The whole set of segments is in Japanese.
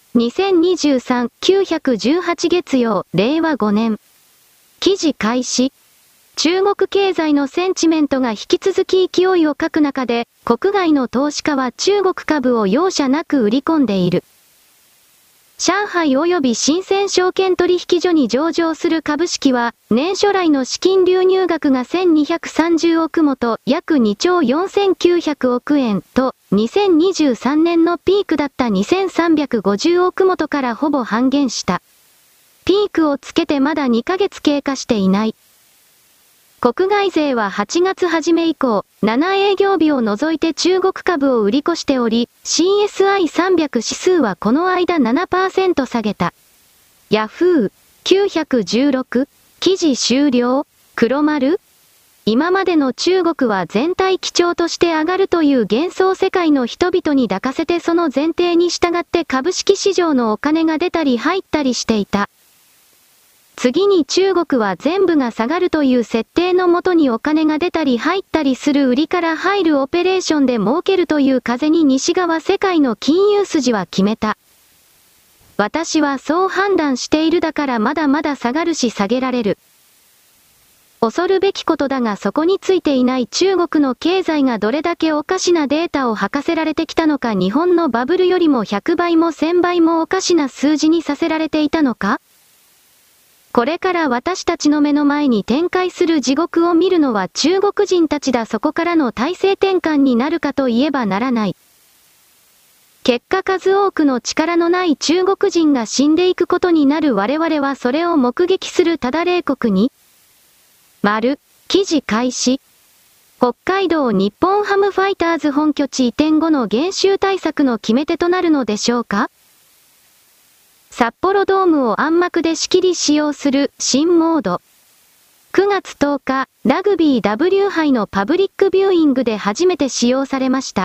2023、918月曜、令和5年。記事開始。中国経済のセンチメントが引き続き勢いを欠く中で、国外の投資家は中国株を容赦なく売り込んでいる。上海及び深セン証券取引所に上場する株式は、年初来の資金流入額が1230億元、約2兆4900億円と、2023年のピークだった2350億元からほぼ半減した。ピークをつけてまだ2ヶ月経過していない。国外勢は8月初め以降、7営業日を除いて中国株を売り越しており、CSI300 指数はこの間 7% 下げた。ヤフー916、記事終了、黒丸。今までの中国は全体基調として上がるという幻想世界の人々に抱かせてその前提に従って株式市場のお金が出たり入ったりしていた。次に中国は全部が下がるという設定のもとにお金が出たり入ったりする売りから入るオペレーションで儲けるという風に西側世界の金融筋は決めた。私はそう判断しているだからまだまだ下がるし下げられる。恐るべきことだがそこについていない中国の経済がどれだけおかしなデータを吐かせられてきたのか日本のバブルよりも100倍も1000倍もおかしな数字にさせられていたのか？これから私たちの目の前に展開する地獄を見るのは中国人たちだ。そこからの体制転換になるかといえばならない。結果数多くの力のない中国人が死んでいくことになる我々はそれを目撃するただ冷酷に。記事開始。北海道日本ハムファイターズ本拠地移転後の減収対策の決め手となるのでしょうか？札幌ドームを暗幕で仕切り使用する新モード。9月10日、ラグビー W 杯のパブリックビューイングで初めて使用されました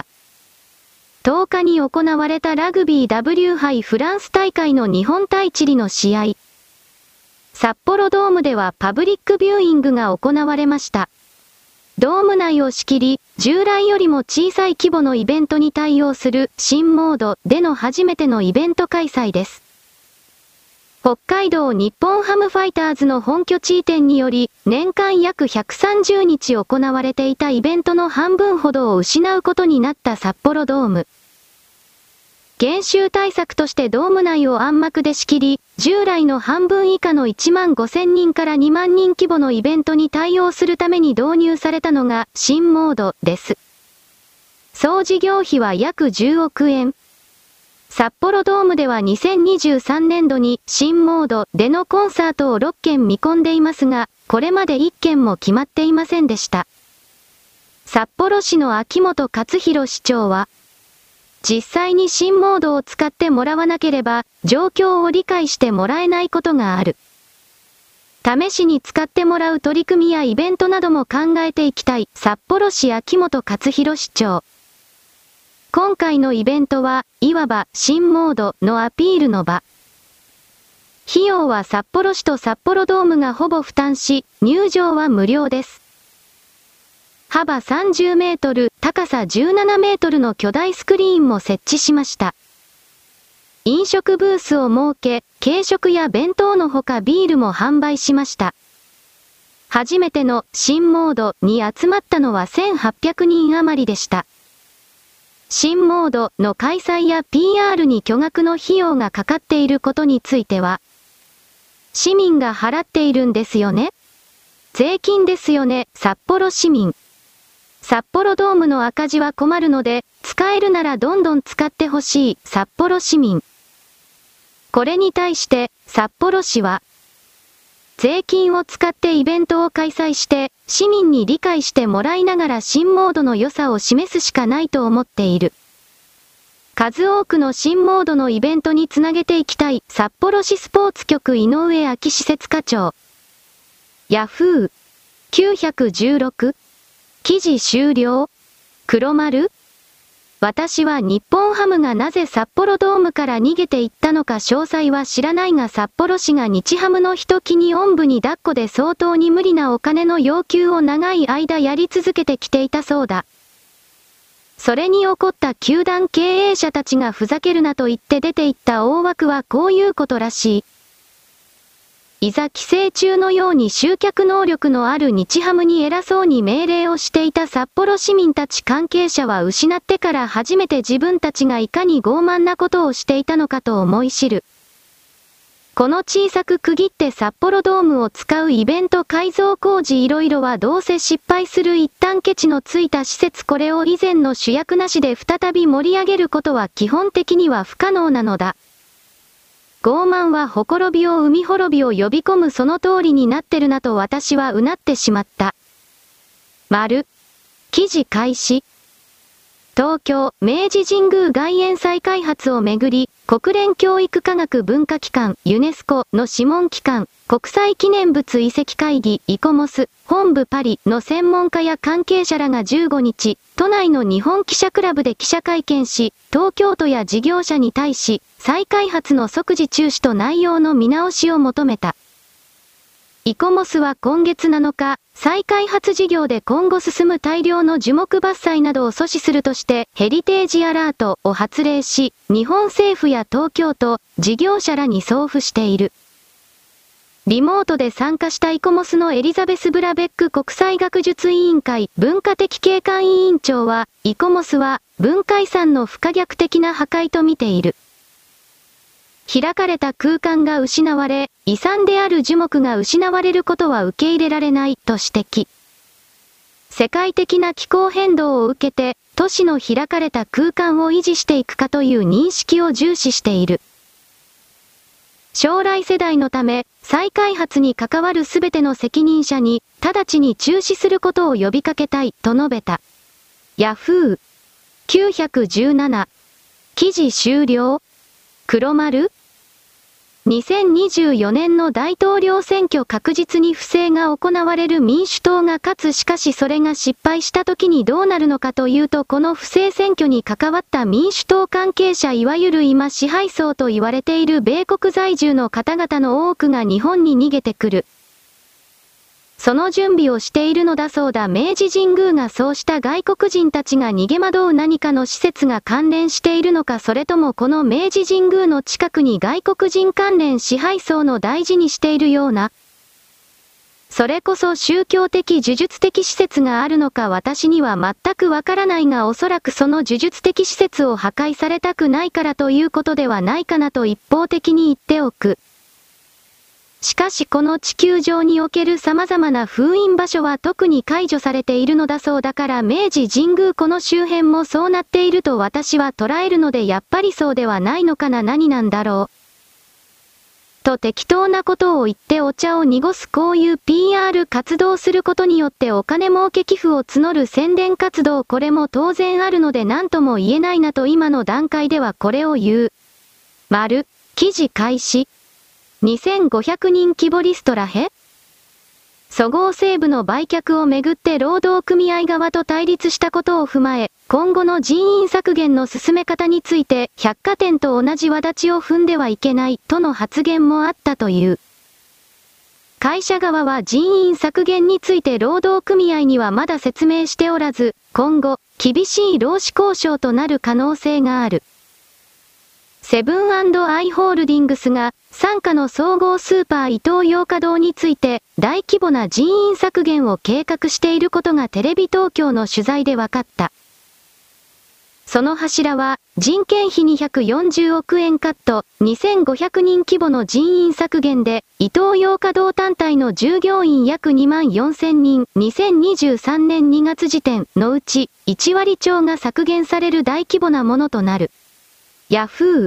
。10日に行われたラグビー W 杯フランス大会の日本対チリの試合。札幌ドームではパブリックビューイングが行われました。ドーム内を仕切り、従来よりも小さい規模のイベントに対応する新モードでの初めてのイベント開催です。北海道日本ハムファイターズの本拠地移転により、年間約130日行われていたイベントの半分ほどを失うことになった札幌ドーム。減収対策としてドーム内を暗幕で仕切り、従来の半分以下の1万5000人から2万人規模のイベントに対応するために導入されたのが新モードです。総事業費は約10億円。札幌ドームでは2023年度に新モードでのコンサートを6件見込んでいますが、これまで1件も決まっていませんでした。札幌市の秋元克弘市長は、実際に新モードを使ってもらわなければ、状況を理解してもらえないことがある。試しに使ってもらう取り組みやイベントなども考えていきたい、札幌市秋元克弘市長。今回のイベントは、いわば新モードのアピールの場。費用は札幌市と札幌ドームがほぼ負担し、入場は無料です。幅30メートル、高さ17メートルの巨大スクリーンも設置しました。飲食ブースを設け、軽食や弁当のほかビールも販売しました。初めての新モードに集まったのは1800人余りでした。新モードの開催や PR に巨額の費用がかかっていることについては、市民が払っているんですよね？税金ですよね、札幌市民。札幌ドームの赤字は困るので、使えるならどんどん使ってほしい、札幌市民。これに対して、札幌市は、税金を使ってイベントを開催して、市民に理解してもらいながら新モードの良さを示すしかないと思っている。数多くの新モードのイベントにつなげていきたい、札幌市スポーツ局井上明施設課長。ヤフー916、記事終了、黒丸。私は日本ハムがなぜ札幌ドームから逃げていったのか詳細は知らないが札幌市が日ハムの人気におんぶに抱っこで相当に無理なお金の要求を長い間やり続けてきていたそうだ。 それに怒った球団経営者たちがふざけるなと言って出て行った大枠はこういうことらしい。いざ寄生虫のように集客能力のある日ハムに偉そうに命令をしていた札幌市民たち関係者は失ってから初めて自分たちがいかに傲慢なことをしていたのかと思い知る。この小さく区切って札幌ドームを使うイベント改造工事いろいろはどうせ失敗する一旦ケチのついた施設これを以前の主役なしで再び盛り上げることは基本的には不可能なのだ。傲慢はほころびを生み滅びを呼び込むその通りになってるなと私はうなってしまった。記事開始。東京、明治神宮外苑再開発をめぐり、国連教育科学文化機関、ユネスコの諮問機関、国際記念物遺跡会議、イコモス、本部パリの専門家や関係者らが15日、都内の日本記者クラブで記者会見し、東京都や事業者に対し、再開発の即時中止と内容の見直しを求めた。イコモスは今月7日、再開発事業で今後進む大量の樹木伐採などを阻止するとしてヘリテージアラートを発令し、日本政府や東京都、事業者らに送付している。リモートで参加したイコモスのエリザベス・ブラベック国際学術委員会文化的景観委員長は、イコモスは文化遺産の不可逆的な破壊と見ている。開かれた空間が失われ、遺産である樹木が失われることは受け入れられないと指摘。世界的な気候変動を受けて、都市の開かれた空間を維持していくかという認識を重視している。将来世代のため、再開発に関わるすべての責任者に、直ちに中止することを呼びかけたいと述べた。ヤフー917記事終了黒丸2024年の大統領選挙確実に不正が行われる民主党が勝つしかしそれが失敗した時にどうなるのかというとこの不正選挙に関わった民主党関係者いわゆる今支配層と言われている米国在住の方々の多くが日本に逃げてくる。その準備をしているのだそうだ。明治神宮がそうした外国人たちが逃げ惑う何かの施設が関連しているのかそれともこの明治神宮の近くに外国人関連支配層の大事にしているような。それこそ宗教的呪術的施設があるのか私には全くわからないがおそらくその呪術的施設を破壊されたくないからということではないかなと一方的に言っておく。しかしこの地球上における様々な封印場所は特に解除されているのだそうだから明治神宮この周辺もそうなっていると私は捉えるのでやっぱりそうではないのかな何なんだろう。と適当なことを言ってお茶を濁すこういう PR 活動することによってお金儲け寄付を募る宣伝活動これも当然あるので何とも言えないなと今の段階ではこれを言う。記事開始。2500人規模リストラへそごう・西武の売却をめぐって労働組合側と対立したことを踏まえ、今後の人員削減の進め方について百貨店と同じ轍を踏んではいけないとの発言もあったという。会社側は人員削減について労働組合にはまだ説明しておらず、今後、厳しい労使交渉となる可能性がある。セブン&アイ・ホールディングスが、傘下の総合スーパーイトーヨーカドーについて、大規模な人員削減を計画していることがテレビ東京の取材で分かった。その柱は、人件費240億円カット、2500人規模の人員削減で、イトーヨーカドー単体の従業員約2万4000人、2023年2月時点のうち、1割超が削減される大規模なものとなる。ヤフー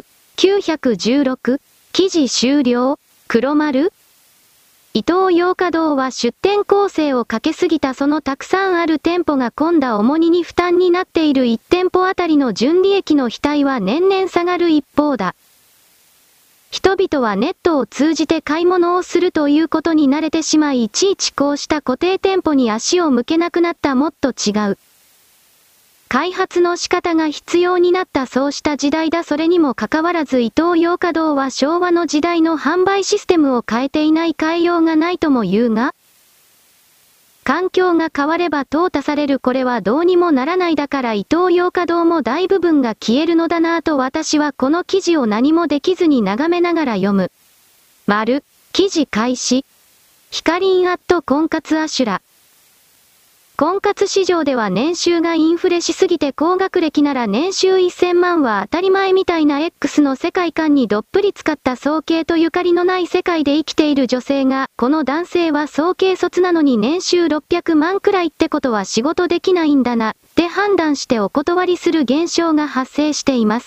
916記事終了黒丸イトーヨーカドーは出店構成をかけすぎたそのたくさんある店舗が今度重荷に負担になっている1店舗あたりの純利益の額は年々下がる一方だ。人々はネットを通じて買い物をするということに慣れてしまいいちいちこうした固定店舗に足を向けなくなったもっと違う。開発の仕方が必要になったそうした時代だ。それにもかかわらずイトーヨーカドーは昭和の時代の販売システムを変えていない変えようがないとも言うが、 環境が変われば淘汰されるこれはどうにもならないだからイトーヨーカドーも大部分が消えるのだなぁと私はこの記事を何もできずに眺めながら読む。記事開始。ヒカリン婚活アシュラ。婚活市場では年収がインフレしすぎて高学歴なら年収1000万は当たり前みたいな X の世界観にどっぷり使った早慶とゆかりのない世界で生きている女性が、この男性は早慶卒なのに年収600万くらいってことは仕事できないんだな、って判断してお断りする現象が発生しています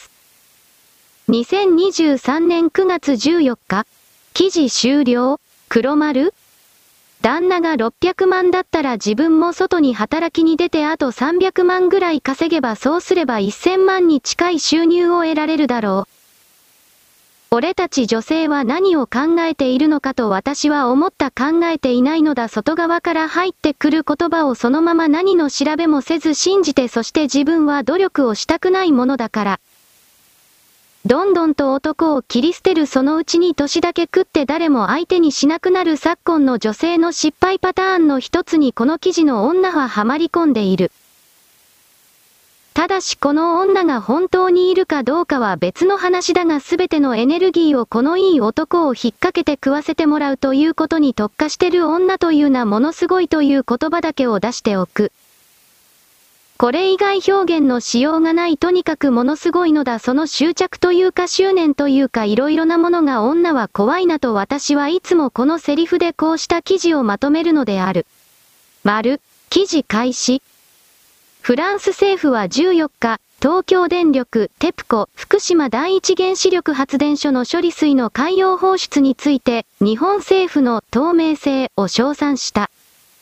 。2023年9月14日。記事終了。黒丸？旦那が600万だったら自分も外に働きに出てあと300万ぐらい稼げばそうすれば1000万に近い収入を得られるだろう。俺たち女性は何を考えているのかと私は思った考えていないのだ外側から入ってくる言葉をそのまま何の調べもせず信じてそして自分は努力をしたくないものだから。どんどんと男を切り捨てるそのうちに年だけ食って誰も相手にしなくなる昨今の女性の失敗パターンの一つにこの記事の女ははまり込んでいる。ただしこの女が本当にいるかどうかは別の話だが全てのエネルギーをこのいい男を引っ掛けて食わせてもらうということに特化してる女というなものすごいという言葉だけを出しておく。これ以外表現のしようがないとにかくものすごいのだその執着というか執念というかいろいろなものが女は怖いなと私はいつもこのセリフでこうした記事をまとめるのである。記事開始。フランス政府は14日、東京電力、テプコ、福島第一原子力発電所の処理水の海洋放出について、日本政府の透明性を称賛した。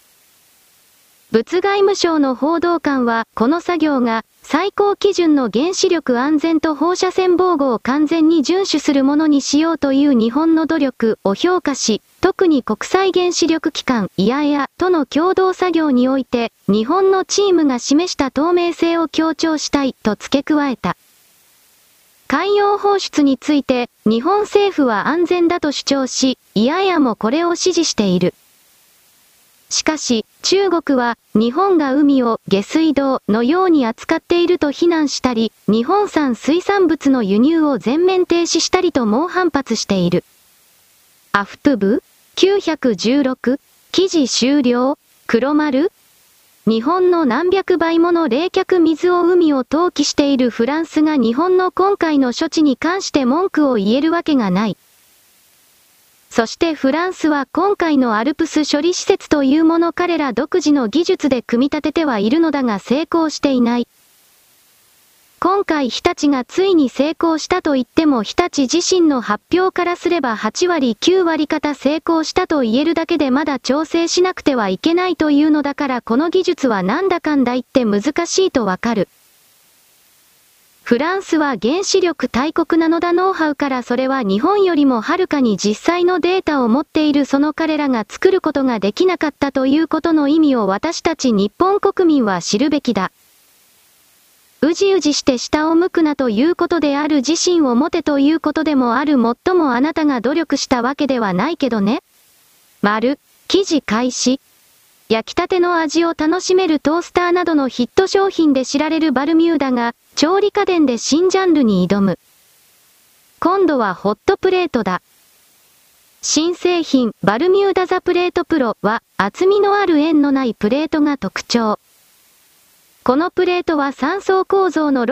物外務省の報道官は、この作業が最高基準の原子力安全と放射線防護を完全に遵守するものにしようという日本の努力を評価し、特に国際原子力機関 IAEA との共同作業において、日本のチームが示した透明性を強調したいと付け加えた。海洋放出について、日本政府は安全だと主張し、IAEAもこれを支持している。しかし、中国は、日本が海を下水道のように扱っていると非難したり、日本産水産物の輸入を全面停止したりと猛反発している。アフプ部 ?916 記事終了黒丸日本の何百倍もの冷却水を海を投棄しているフランスが日本の今回の処置に関して文句を言えるわけがない。そしてフランスは今回のアルプス処理施設というもの彼ら独自の技術で組み立ててはいるのだが成功していない。今回日立がついに成功したと言っても日立自身の発表からすれば8割9割方成功したと言えるだけでまだ調整しなくてはいけないというのだからこの技術はなんだかんだ言って難しいとわかる。フランスは原子力大国なのだノウハウからそれは日本よりもはるかに実際のデータを持っているその彼らが作ることができなかったということの意味を私たち日本国民は知るべきだ。うじうじして下を向くなということである自身を持てということでもあるもっともあなたが努力したわけではないけどね。記事開始。焼きたての味を楽しめるトースターなどのヒット商品で知られるバルミューダが、調理家電で新ジャンルに挑む。今度はホットプレートだ。新製品、バルミューダザプレートプロは、厚みのある円のないプレートが特徴。このプレートは3層構造の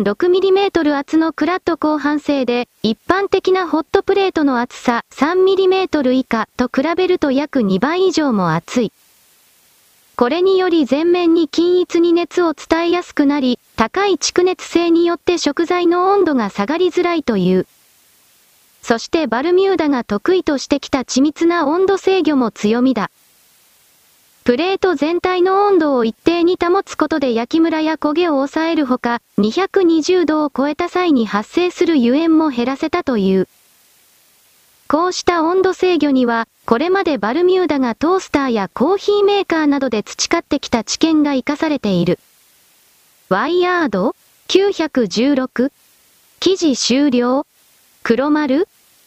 6.6mm 厚のクラッド鋼板製で、一般的なホットプレートの厚さ 3mm 以下と比べると約2倍以上も厚い。これにより全面に均一に熱を伝えやすくなり、高い蓄熱性によって食材の温度が下がりづらいという。そしてバルミューダが得意としてきた緻密な温度制御も強みだ。プレート全体の温度を一定に保つことで焼きムラや焦げを抑えるほか、220度を超えた際に発生する油煙も減らせたという。こうした温度制御には、これまでバルミューダがトースターやコーヒーメーカーなどで培ってきた知見が活かされている。ワイヤード ?916 記事終了黒丸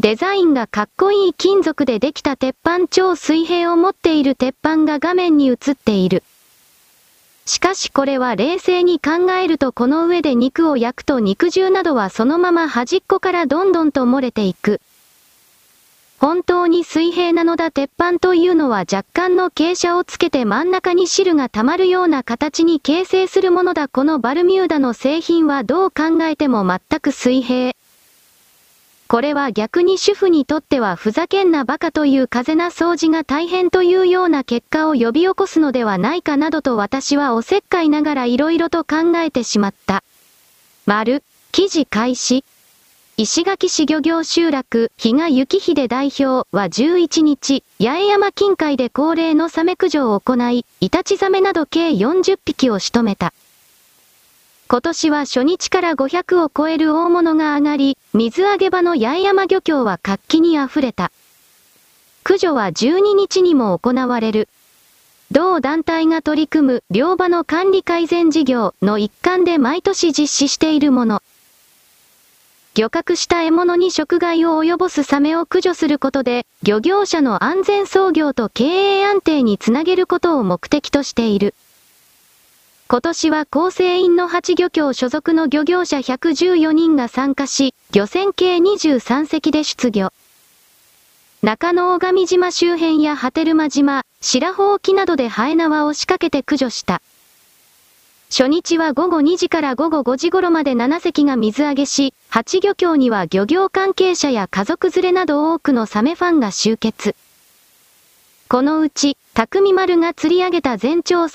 デザインがかっこいい金属でできた鉄板超水平を持っている鉄板が画面に映っている。しかしこれは冷静に考えるとこの上で肉を焼くと肉汁などはそのまま端っこからどんどんと漏れていく。本当に水平なのだ。鉄板というのは若干の傾斜をつけて真ん中に汁が溜まるような形に形成するものだ。このバルミューダの製品はどう考えても全く水平。これは逆に主婦にとってはふざけんなバカという風な掃除が大変というような結果を呼び起こすのではないかなどと私はおせっかいながら色々と考えてしまった。記事開始。石垣市漁業集落、比嘉幸秀代表は11日、八重山近海で恒例のサメ駆除を行い、イタチザメなど計40匹を仕留めた。今年は初日から500を超える大物が上がり、水揚げ場の八重山漁協は活気に溢れた。駆除は12日にも行われる。同団体が取り組む漁場の管理改善事業の一環で毎年実施しているもの。漁獲した獲物に食害を及ぼすサメを駆除することで、漁業者の安全操業と経営安定につなげることを目的としている。今年は構成員の8漁協所属の漁業者114人が参加し、漁船計23隻で出漁。中野大神島周辺や波照間島、白穂沖などでハエ縄を仕掛けて駆除した。初日は午後2時から午後5時頃まで7隻が水揚げし、8漁協には漁業関係者や家族連れなど多くのサメファンが集結。このうち、匠丸が釣り上げた全長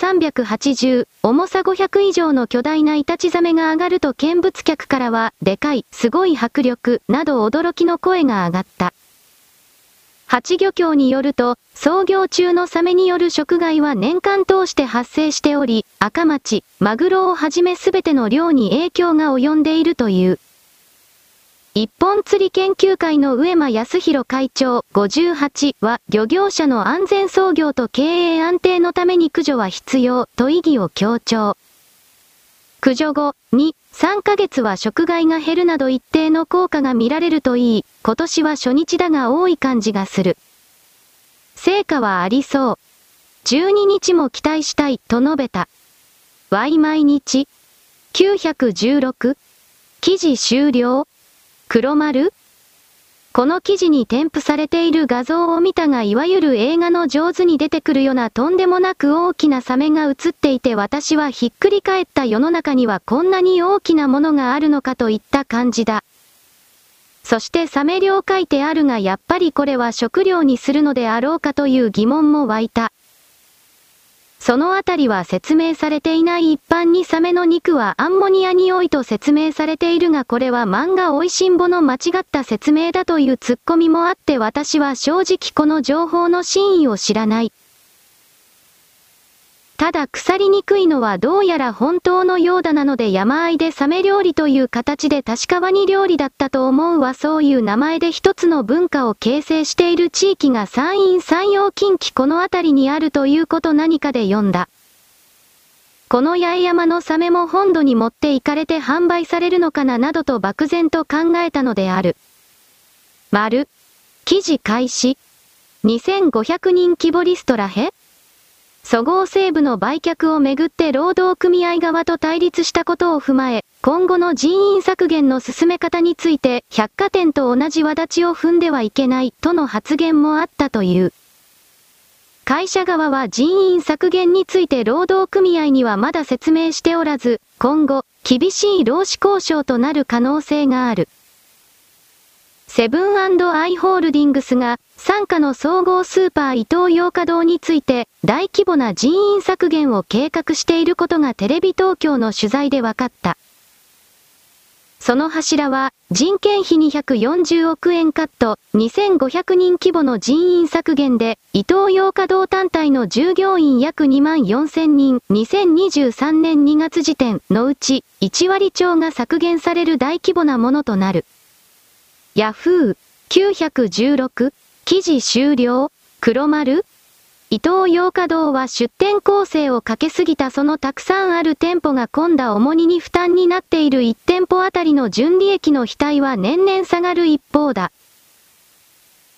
380、重さ500以上の巨大なイタチザメが上がると見物客からは、でかい、すごい迫力、など驚きの声が上がった。八漁協によると、操業中のサメによる食害は年間通して発生しており、赤町、マグロをはじめすべての漁に影響が及んでいるという。一本釣り研究会の上間康弘会長58は、漁業者の安全操業と経営安定のために駆除は必要と意義を強調。駆除後、2、3ヶ月は食害が減るなど一定の効果が見られるといい、今年は初日だが多い感じがする。成果はありそう。12日も期待したいと述べた。Y 毎日916記事終了黒丸？この記事に添付されている画像を見たがいわゆる映画の上手に出てくるようなとんでもなく大きなサメが映っていて私はひっくり返った世の中にはこんなに大きなものがあるのかといった感じだ。そしてサメ漁書いてあるがやっぱりこれは食料にするのであろうかという疑問も湧いた。そのあたりは説明されていない。一般にサメの肉はアンモニアに多いと説明されているがこれは漫画おいしんぼの間違った説明だというツッコミもあって私は正直この情報の真意を知らない。ただ腐りにくいのはどうやら本当のようだなので山あいでサメ料理という形で確かワニ料理だったと思うわ。そういう名前で一つの文化を形成している地域が山陰山陽近畿この辺りにあるということ何かで読んだ。この八重山のサメも本土に持って行かれて販売されるのかななどと漠然と考えたのである。記事開始。2500人規模リストラへ？そごう・西武の売却をめぐって労働組合側と対立したことを踏まえ、今後の人員削減の進め方について百貨店と同じ轍を踏んではいけないとの発言もあったという。会社側は人員削減について労働組合にはまだ説明しておらず、今後、厳しい労使交渉となる可能性がある。セブン&アイ・ホールディングスが、傘下の総合スーパーイトーヨーカドーについて、大規模な人員削減を計画していることがテレビ東京の取材で分かった。その柱は、人件費240億円カット、2500人規模の人員削減で、イトーヨーカドー単体の従業員約2万4000人、2023年2月時点のうち、1割超が削減される大規模なものとなる。ヤフー916記事終了黒丸イトーヨーカドーは出店構成をかけすぎたそのたくさんある店舗が今度は重荷に負担になっている1店舗あたりの純利益の比対は年々下がる一方だ。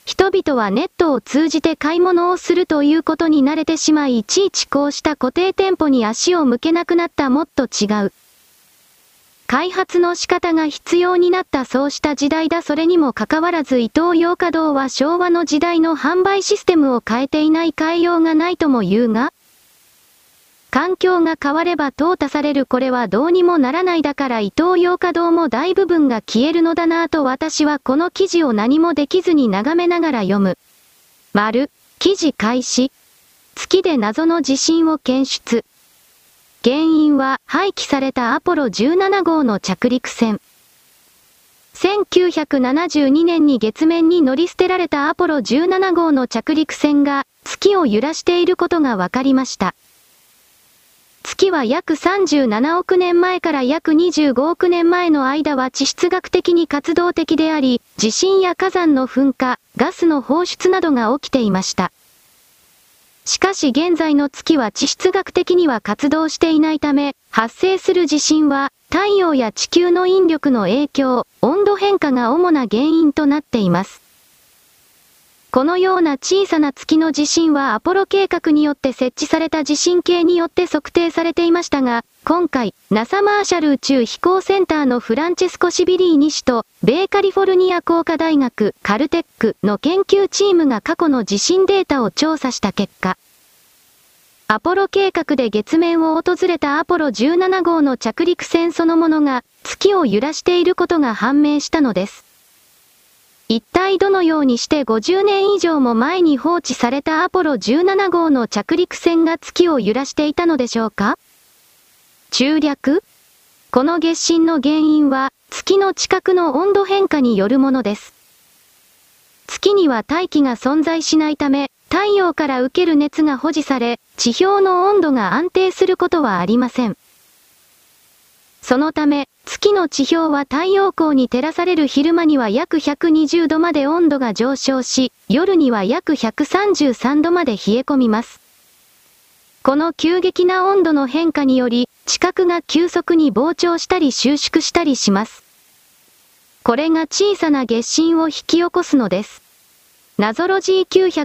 人々はネットを通じて買い物をするということに慣れてしまい、いちいちこうした固定店舗に足を向けなくなった。もっと違う開発の仕方が必要になった。そうした時代だ。それにもかかわらずイトーヨーカドーは昭和の時代の販売システムを変えていない。変えようがないとも言うが、環境が変われば淘汰される。これはどうにもならない。だからイトーヨーカドーも大部分が消えるのだなぁと私はこの記事を何もできずに眺めながら読む。記事開始。月で謎の地震を検出。原因は廃棄されたアポロ17号の着陸船。1972年に月面に乗り捨てられたアポロ17号の着陸船が月を揺らしていることが分かりました。月は約37億年前から約25億年前の間は地質学的に活動的であり、地震や火山の噴火、ガスの放出などが起きていました。しかし現在の月は地質学的には活動していないため、発生する地震は太陽や地球の引力の影響、温度変化が主な原因となっています。このような小さな月の地震はアポロ計画によって設置された地震計によって測定されていましたが、今回、NASA マーシャル宇宙飛行センターのフランチェスコ・シビリーニ氏と、米カリフォルニア工科大学カルテックの研究チームが過去の地震データを調査した結果、アポロ計画で月面を訪れたアポロ17号の着陸船そのものが月を揺らしていることが判明したのです。一体どのようにして50年以上も前に放置されたアポロ17号の着陸船が月を揺らしていたのでしょうか？中略？この月震の原因は月の近くの温度変化によるものです。月には大気が存在しないため、太陽から受ける熱が保持され、地表の温度が安定することはありません。そのため、月の地表は太陽光に照らされる昼間には約120度まで温度が上昇し、夜には約133度まで冷え込みます。この急激な温度の変化により、地殻が急速に膨張したり収縮したりします。これが小さな月震を引き起こすのです。謎ロジー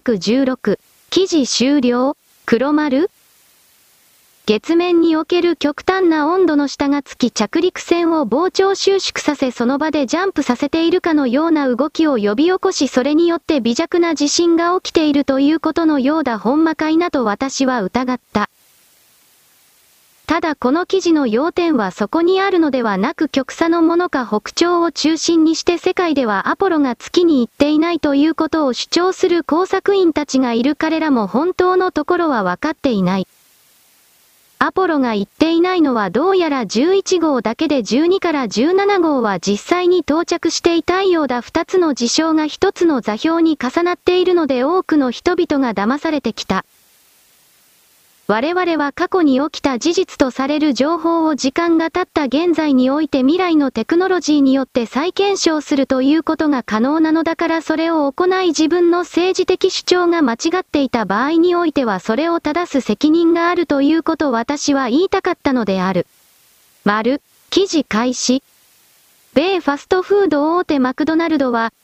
916、記事終了、黒丸？月面における極端な温度の下が月着陸船を膨張収縮させその場でジャンプさせているかのような動きを呼び起こしそれによって微弱な地震が起きているということのようだ。ほんまかいなと私は疑った。ただこの記事の要点はそこにあるのではなく極左のものか北朝を中心にして世界ではアポロが月に行っていないということを主張する工作員たちがいる。彼らも本当のところは分かっていない。アポロが行っていないのはどうやら11号だけで12から17号は実際に到着していたようだ。2つの事象が1つの座標に重なっているので多くの人々が騙されてきた。我々は過去に起きた事実とされる情報を時間が経った現在において未来のテクノロジーによって再検証するということが可能なのだからそれを行い自分の政治的主張が間違っていた場合においてはそれを正す責任があるということを私は言いたかったのである。記事開始。米ファストフード大手マクドナルドは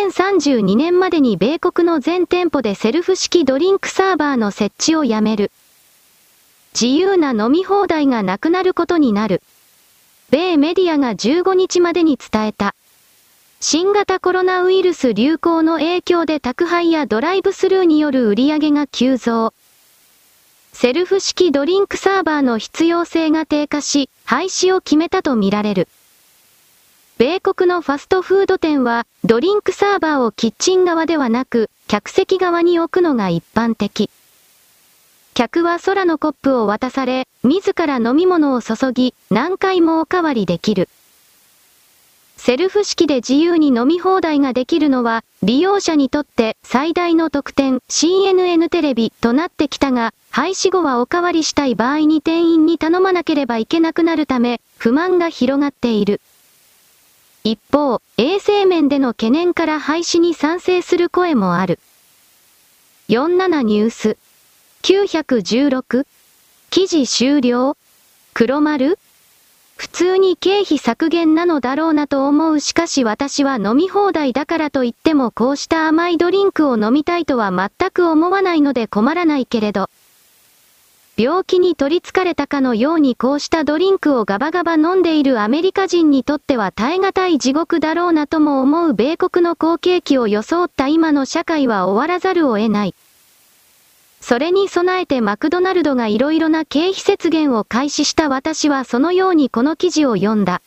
2032年までに米国の全店舗でセルフ式ドリンクサーバーの設置をやめる。自由な飲み放題がなくなることになる。米メディアが15日までに伝えた。新型コロナウイルス流行の影響で宅配やドライブスルーによる売り上げが急増。セルフ式ドリンクサーバーの必要性が低下し、廃止を決めたとみられる。米国のファストフード店は、ドリンクサーバーをキッチン側ではなく、客席側に置くのが一般的。客は空のコップを渡され、自ら飲み物を注ぎ、何回もおかわりできる。セルフ式で自由に飲み放題ができるのは、利用者にとって最大の特典 CNN テレビとなってきたが、廃止後はおかわりしたい場合に店員に頼まなければいけなくなるため、不満が広がっている。一方、衛生面での懸念から廃止に賛成する声もある。47ニュース。916? 記事終了？黒丸？ 普通に経費削減なのだろうなと思う。しかし私は飲み放題だからといってもこうした甘いドリンクを飲みたいとは全く思わないので困らないけれど。病気に取り憑かれたかのようにこうしたドリンクをガバガバ飲んでいるアメリカ人にとっては耐え難い地獄だろうなとも思う。米国の好景気を装った今の社会は終わらざるを得ない。それに備えてマクドナルドがいろいろな経費節減を開始した私はそのようにこの記事を読んだ。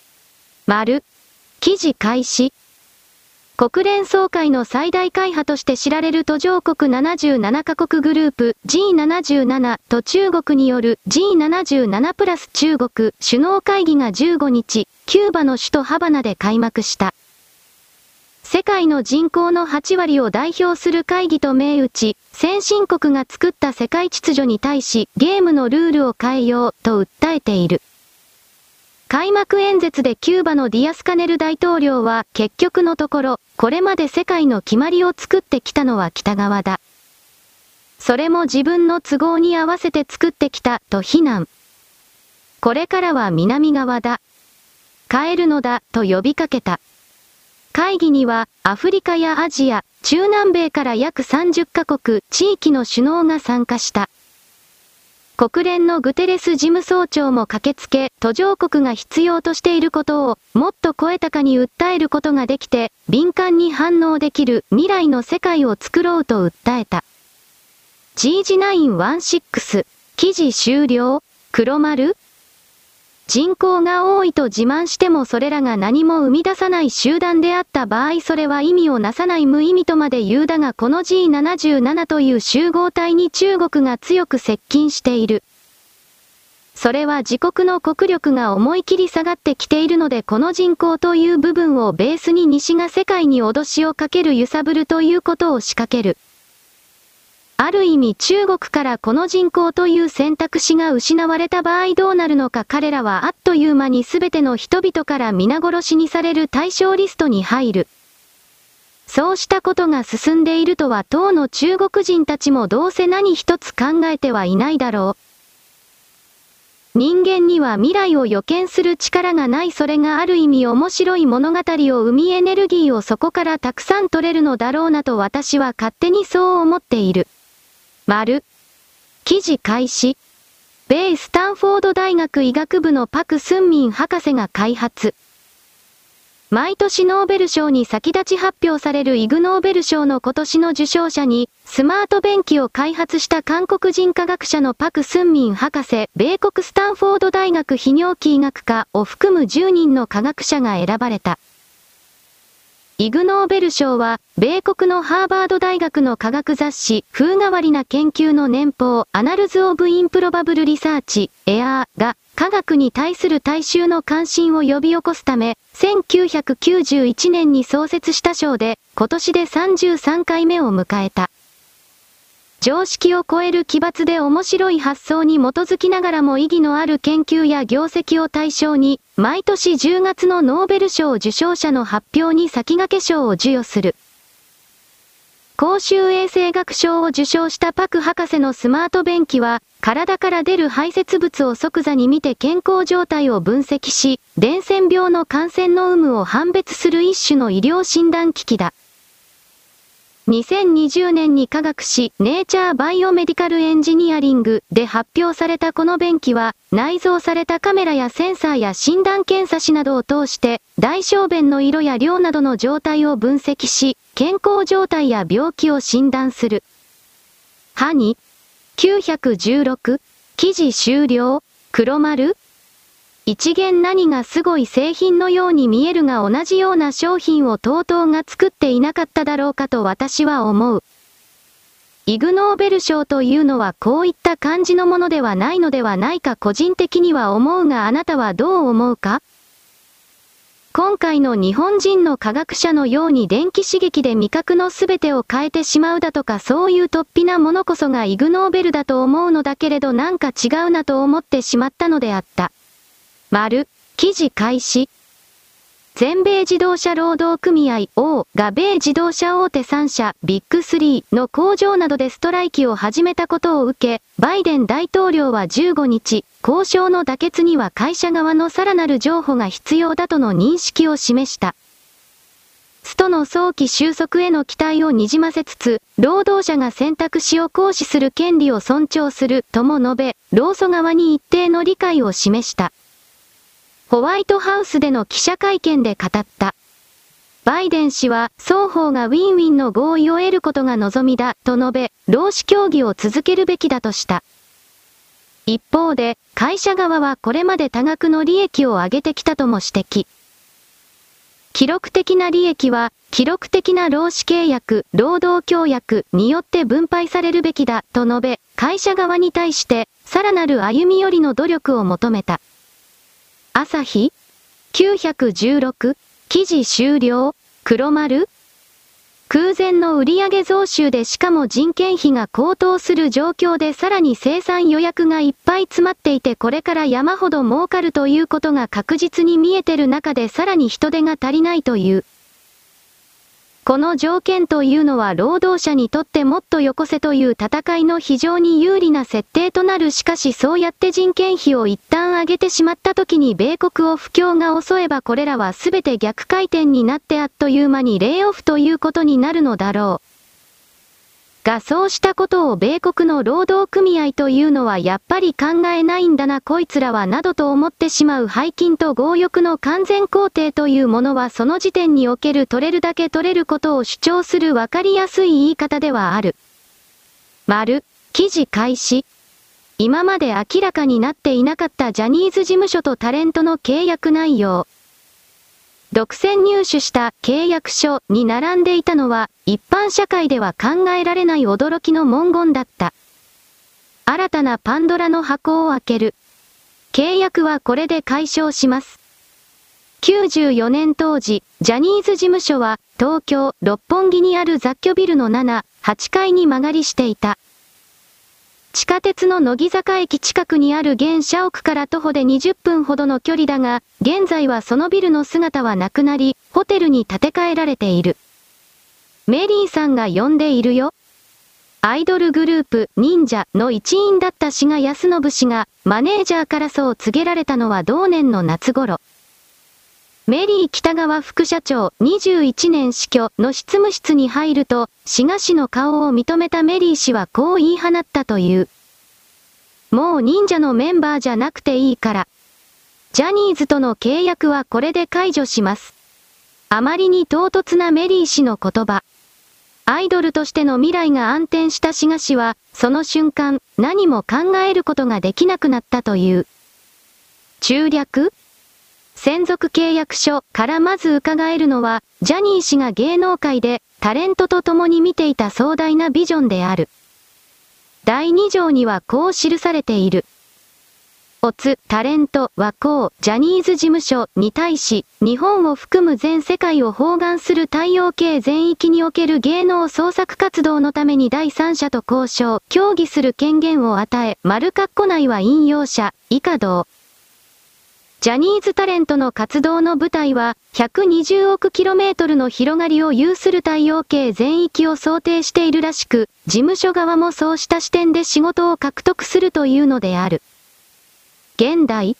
記事開始。国連総会の最大会派として知られる途上国77カ国グループ G77 と中国による G77 プラス中国首脳会議が15日、キューバの首都ハバナで開幕した。世界の人口の8割を代表する会議と銘打ち、先進国が作った世界秩序に対しゲームのルールを変えようと訴えている。開幕演説でキューバのディアスカネル大統領は結局のところ、これまで世界の決まりを作ってきたのは北側だ。それも自分の都合に合わせて作ってきたと非難。これからは南側だ。変えるのだと呼びかけた。会議にはアフリカやアジア、中南米から約30カ国、地域の首脳が参加した。国連のグテレス事務総長も駆けつけ、途上国が必要としていることをもっと声高に訴えることができて、敏感に反応できる未来の世界を作ろうと訴えた。GG916、記事終了、黒丸？人口が多いと自慢してもそれらが何も生み出さない集団であった場合それは意味をなさない無意味とまで言うだがこの G77 という集合体に中国が強く接近している。それは自国の国力が思い切り下がってきているのでこの人口という部分をベースに西が世界に脅しをかける揺さぶるということを仕掛ける。ある意味中国からこの人口という選択肢が失われた場合どうなるのか彼らはあっという間に全ての人々から皆殺しにされる対象リストに入る。そうしたことが進んでいるとは当の中国人たちもどうせ何一つ考えてはいないだろう。人間には未来を予見する力がないそれがある意味面白い物語を生みエネルギーをそこからたくさん取れるのだろうなと私は勝手にそう思っている。記事開始。米スタンフォード大学医学部のパク・スンミン博士が開発。毎年ノーベル賞に先立ち発表されるイグノーベル賞の今年の受賞者に、スマート便器を開発した韓国人科学者のパク・スンミン博士、米国スタンフォード大学泌尿器医学科を含む10人の科学者が選ばれた。イグノーベル賞は、米国のハーバード大学の科学雑誌、風変わりな研究の年報、アナルズ・オブ・インプロバブル・リサーチ、エアーが、科学に対する大衆の関心を呼び起こすため、1991年に創設した賞で、今年で33回目を迎えた。常識を超える奇抜で面白い発想に基づきながらも意義のある研究や業績を対象に、毎年10月のノーベル賞受賞者の発表に先駆け賞を授与する。公衆衛生学賞を受賞したパク博士のスマート便器は、体から出る排泄物を即座に見て健康状態を分析し、伝染病の感染の有無を判別する一種の医療診断機器だ。2020年に科学誌ネイチャーバイオメディカルエンジニアリングで発表されたこの便器は内蔵されたカメラやセンサーや診断検査紙などを通して大小便の色や量などの状態を分析し健康状態や病気を診断する。はに 916 記事終了黒丸一見何がすごい製品のように見えるが同じような商品を TOTO が作っていなかっただろうかと私は思う。イグノーベル賞というのはこういった感じのものではないのではないか個人的には思うがあなたはどう思うか？今回の日本人の科学者のように電気刺激で味覚のすべてを変えてしまうだとかそういう突飛なものこそがイグノーベルだと思うのだけれどなんか違うなと思ってしまったのであった。記事開始。 全米自動車労働組合 O が米自動車大手3社ビッグ3の工場などでストライキを始めたことを受け、バイデン大統領は15日、交渉の妥結には会社側のさらなる譲歩が必要だとの認識を示した。ストの早期収束への期待をにじませつつ、労働者が選択肢を行使する権利を尊重するとも述べ、労組側に一定の理解を示した。ホワイトハウスでの記者会見で語った。バイデン氏は双方がウィンウィンの合意を得ることが望みだと述べ、労使協議を続けるべきだとした。一方で、会社側はこれまで多額の利益を上げてきたとも指摘。記録的な利益は、記録的な労使契約、労働協約によって分配されるべきだと述べ、会社側に対して、さらなる歩み寄りの努力を求めた。朝日 ?916 記事終了黒丸空前の売上増収でしかも人件費が高騰する状況でさらに生産予約がいっぱい詰まっていてこれから山ほど儲かるということが確実に見えてる中でさらに人手が足りないという。この条件というのは労働者にとってもっとよこせという戦いの非常に有利な設定となる。しかしそうやって人件費を一旦上げてしまった時に米国を不況が襲えばこれらは全て逆回転になってあっという間にレイオフということになるのだろう。がそうしたことを米国の労働組合というのはやっぱり考えないんだなこいつらはなどと思ってしまう。背筋と強欲の完全肯定というものはその時点における取れるだけ取れることを主張するわかりやすい言い方ではある。記事開始。今まで明らかになっていなかったジャニーズ事務所とタレントの契約内容。独占入手した契約書に並んでいたのは、一般社会では考えられない驚きの文言だった。新たなパンドラの箱を開ける。契約はこれで解消します。94年当時、ジャニーズ事務所は、東京、六本木にある雑居ビルの7、8階に間借りしていた。地下鉄の乃木坂駅近くにある現社屋から徒歩で20分ほどの距離だが、現在はそのビルの姿はなくなり、ホテルに建て替えられている。メリーさんが呼んでいるよ。アイドルグループ、忍者の一員だった志賀康信氏が、マネージャーからそう告げられたのは同年の夏頃。メリー北川副社長21年死去の執務室に入ると、志賀氏の顔を認めたメリー氏はこう言い放ったという。もう忍者のメンバーじゃなくていいから。ジャニーズとの契約はこれで解除します。あまりに唐突なメリー氏の言葉。アイドルとしての未来が暗転した志賀氏は、その瞬間、何も考えることができなくなったという。中略？専属契約書からまず伺えるのは、ジャニー氏が芸能界でタレントと共に見ていた壮大なビジョンである。第2条にはこう記されている。タレントはジャニーズ事務所に対し、日本を含む全世界を包含する太陽系全域における芸能創作活動のために第三者と交渉、協議する権限を与え、内は引用者、以下同。ジャニーズタレントの活動の舞台は、120億キロメートルの広がりを有する太陽系全域を想定しているらしく、事務所側もそうした視点で仕事を獲得するというのである。現代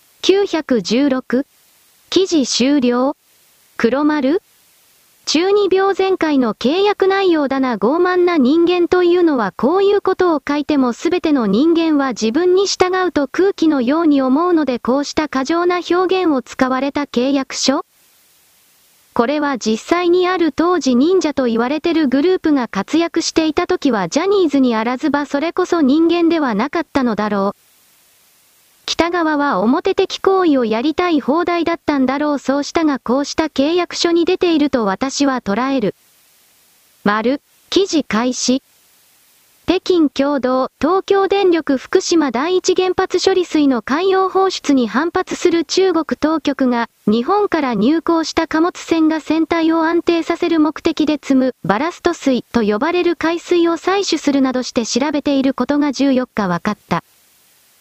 ?916 記事終了黒丸中二病全開の契約内容だな。傲慢な人間というのはこういうことを書いてもすべての人間は自分に従うと空気のように思うのでこうした過剰な表現を使われた契約書？これは実際にある当時忍者と言われてるグループが活躍していた時はジャニーズにあらずばそれこそ人間ではなかったのだろう。北川は表的行為をやりたい放題だったんだろう。そうしたがこうした契約書に出ていると私は捉える。記事開始。北京共同東京電力福島第一原発処理水の海洋放出に反発する中国当局が日本から入港した貨物船が船体を安定させる目的で積むバラスト水と呼ばれる海水を採取するなどして調べていることが14日分かった。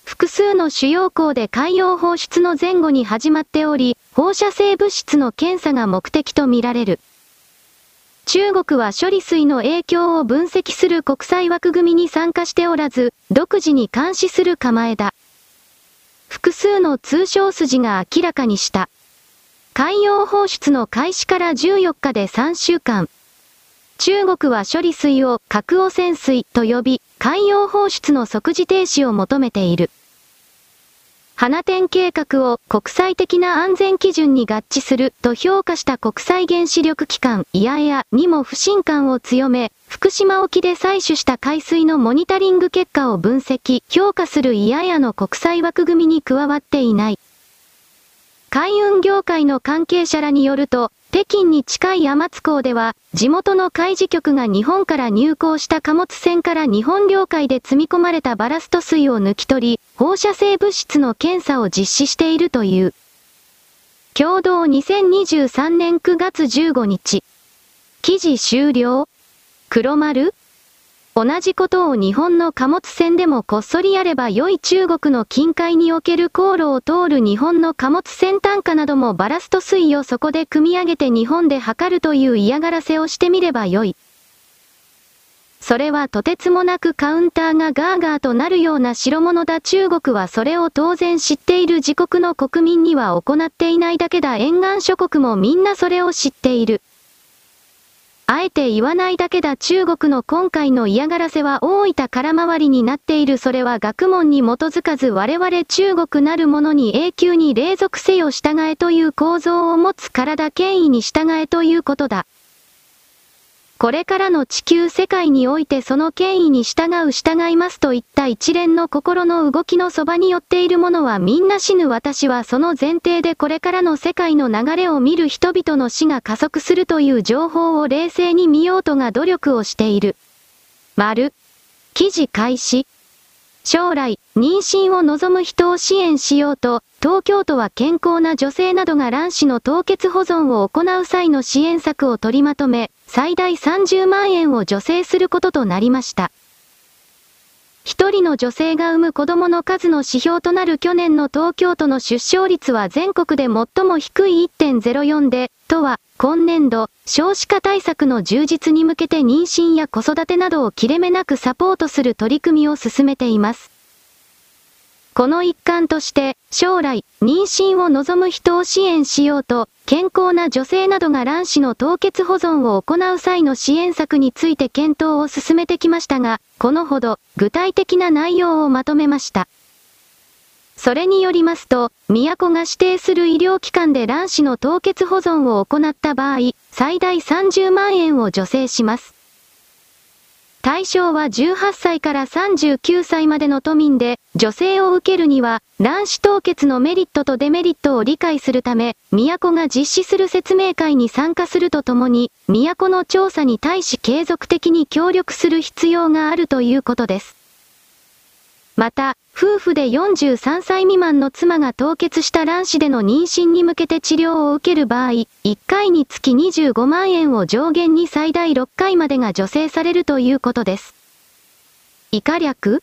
複数の主要港で海洋放出の前後に始まっており、放射性物質の検査が目的とみられる。中国は処理水の影響を分析する国際枠組みに参加しておらず、独自に監視する構えだ。複数の通商筋が明らかにした。海洋放出の開始から14日で3週間。中国は処理水を核汚染水と呼び、海洋放出の即時停止を求めている。花天計画を国際的な安全基準に合致すると評価した国際原子力機関 IAEA にも不信感を強め、福島沖で採取した海水のモニタリング結果を分析、評価する IAEA の国際枠組みに加わっていない。海運業界の関係者らによると、北京に近い天津港では、地元の海事局が日本から入港した貨物船から日本領海で積み込まれたバラスト水を抜き取り、放射性物質の検査を実施しているという。共同2023年9月15日。記事終了。黒丸？同じことを日本の貨物船でもこっそりやれば良い。中国の近海における航路を通る日本の貨物船単価などもバラスト水をそこで汲み上げて日本で測るという嫌がらせをしてみれば良い。それはとてつもなくカウンターがガーガーとなるような代物だ。中国はそれを当然知っている。自国の国民には行っていないだけだ。沿岸諸国もみんなそれを知っている。あえて言わないだけだ。中国の今回の嫌がらせは大分空回りになっている。それは学問に基づかず我々中国なるものに永久に隷属せよ従えという構造を持つ体権威に従えということだ。これからの地球世界においてその権威に従いますといった一連の心の動きのそばに寄っているものはみんな死ぬ。私はその前提でこれからの世界の流れを見る。人々の死が加速するという情報を冷静に見ようとが努力をしている。記事開始。将来、妊娠を望む人を支援しようと、東京都は健康な女性などが卵子の凍結保存を行う際の支援策を取りまとめ、最大30万円を助成することとなりました。一人の女性が産む子供の数の指標となる去年の東京都の出生率は全国で最も低い 1.04 で、都は今年度少子化対策の充実に向けて妊娠や子育てなどを切れ目なくサポートする取り組みを進めています。この一環として、将来、妊娠を望む人を支援しようと、健康な女性などが卵子の凍結保存を行う際の支援策について検討を進めてきましたが、このほど、具体的な内容をまとめました。それによりますと、都が指定する医療機関で卵子の凍結保存を行った場合、最大30万円を助成します。対象は18歳から39歳までの都民で、助成を受けるには、卵子凍結のメリットとデメリットを理解するため、都が実施する説明会に参加するとともに、都の調査に対し継続的に協力する必要があるということです。また、夫婦で43歳未満の妻が凍結した卵子での妊娠に向けて治療を受ける場合、1回につき25万円を上限に最大6回までが助成されるということです。以下略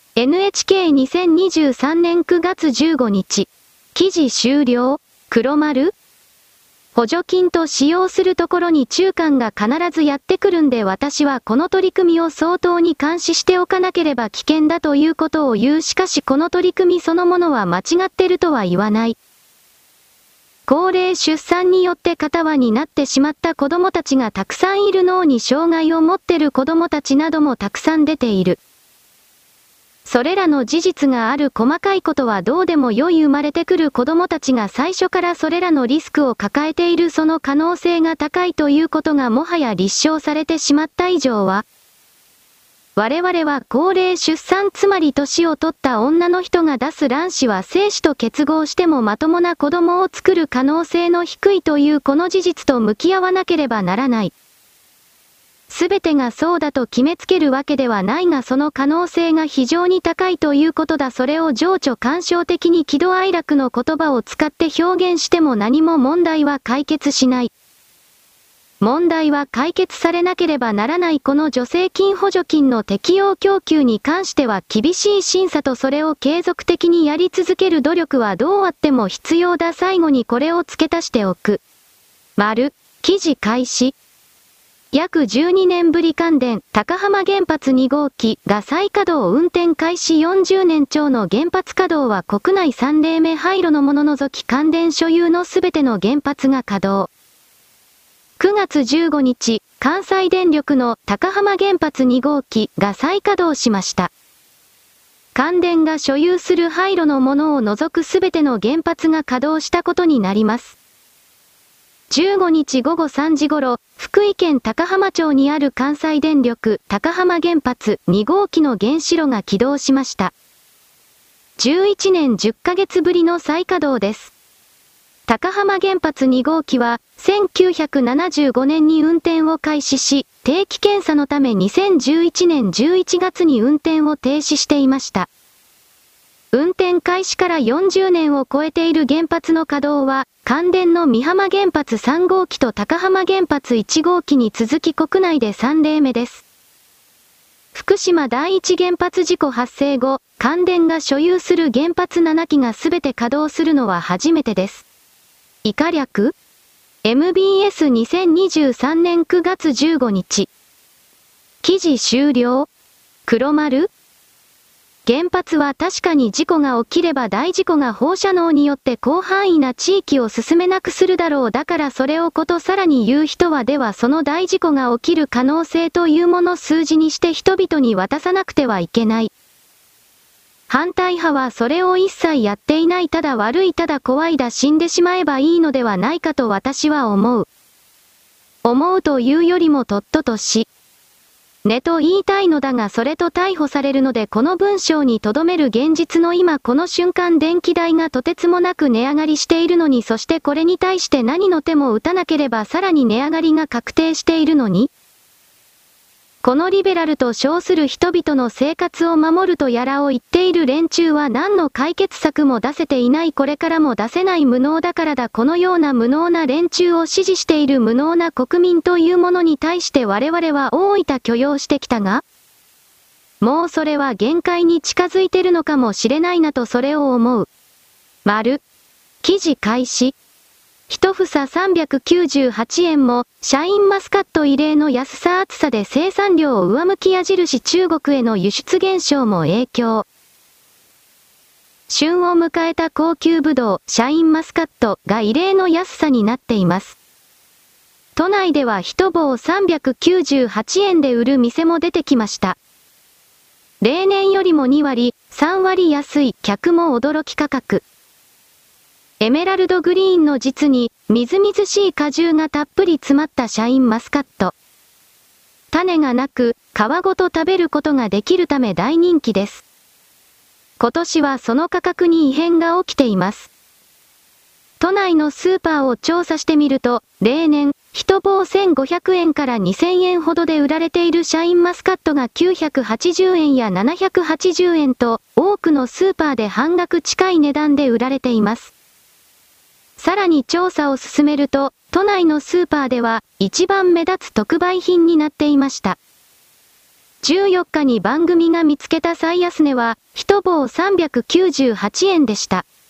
NHK2023 年9月15日。記事終了。黒丸？補助金と使用するところに中間が必ずやってくるんで私はこの取り組みを相当に監視しておかなければ危険だということを言う。しかしこの取り組みそのものは間違ってるとは言わない。高齢出産によって片輪になってしまった子供たちがたくさんいる。脳に障害を持ってる子供たちなどもたくさん出ている。それらの事実がある。細かいことはどうでもよい。生まれてくる子供たちが最初からそれらのリスクを抱えている。その可能性が高いということがもはや立証されてしまった以上は、我々は高齢出産つまり年を取った女の人が出す卵子は精子と結合してもまともな子供を作る可能性の低いというこの事実と向き合わなければならない。すべてがそうだと決めつけるわけではないがその可能性が非常に高いということだ。それを情緒干渉的に喜怒哀楽の言葉を使って表現しても何も問題は解決しない。 問題は解決されなければならないこの助成金補助金の適用供給に関しては厳しい審査とそれを継続的にやり続ける努力はどうあっても必要だ。最後にこれを付け足しておく。記事開始。約12年ぶり関電、高浜原発2号機が再稼働運転開始40年超の原発稼働は国内3例目廃炉のもの除き関電所有のすべての原発が稼働。9月15日、関西電力の高浜原発2号機が再稼働しました。関電が所有する廃炉のものを除くすべての原発が稼働したことになります。15日午後3時頃、福井県高浜町にある関西電力高浜原発2号機の原子炉が起動しました。11年10ヶ月ぶりの再稼働です。高浜原発2号機は1975年に運転を開始し、定期検査のため2011年11月に運転を停止していました。運転開始から40年を超えている原発の稼働は、関電の美浜原発3号機と高浜原発1号機に続き国内で3例目です。福島第一原発事故発生後、関電が所有する原発7基がすべて稼働するのは初めてです。以下略 ?MBS2023 年9月15日。記事終了。黒丸原発は確かに事故が起きれば大事故が放射能によって広範囲な地域を進めなくするだろう。だからそれをことさらに言う人はではその大事故が起きる可能性というもの数字にして人々に渡さなくてはいけない。反対派はそれを一切やっていない。ただ悪いただ怖いだ死んでしまえばいいのではないかと私は思う。思うというよりもとっととし。ねと言いたいのだがそれと逮捕されるのでこの文章に留める現実の今この瞬間電気代がとてつもなく値上がりしているのにそしてこれに対して何の手も打たなければさらに値上がりが確定しているのにこのリベラルと称する人々の生活を守るとやらを言っている連中は何の解決策も出せていないこれからも出せない無能だからだこのような無能な連中を支持している無能な国民というものに対して我々は大いた許容してきたがもうそれは限界に近づいてるのかもしれないなとそれを思う。記事開始。一房398円も、シャインマスカット異例の安さ暑さで生産量を上向き矢印中国への輸出減少も影響。旬を迎えた高級ブドウ、シャインマスカットが異例の安さになっています。都内では一房398円で売る店も出てきました。例年よりも2割、3割安い、客も驚き価格。エメラルドグリーンの実に、みずみずしい果汁がたっぷり詰まったシャインマスカット。種がなく、皮ごと食べることができるため大人気です。今年はその価格に異変が起きています。都内のスーパーを調査してみると、例年、一房1500円から2000円ほどで売られているシャインマスカットが980円や780円と、多くのスーパーで半額近い値段で売られています。さらに調査を進めると、都内のスーパーでは一番目立つ特売品になっていました。14日に番組が見つけた最安値は、一房398円でした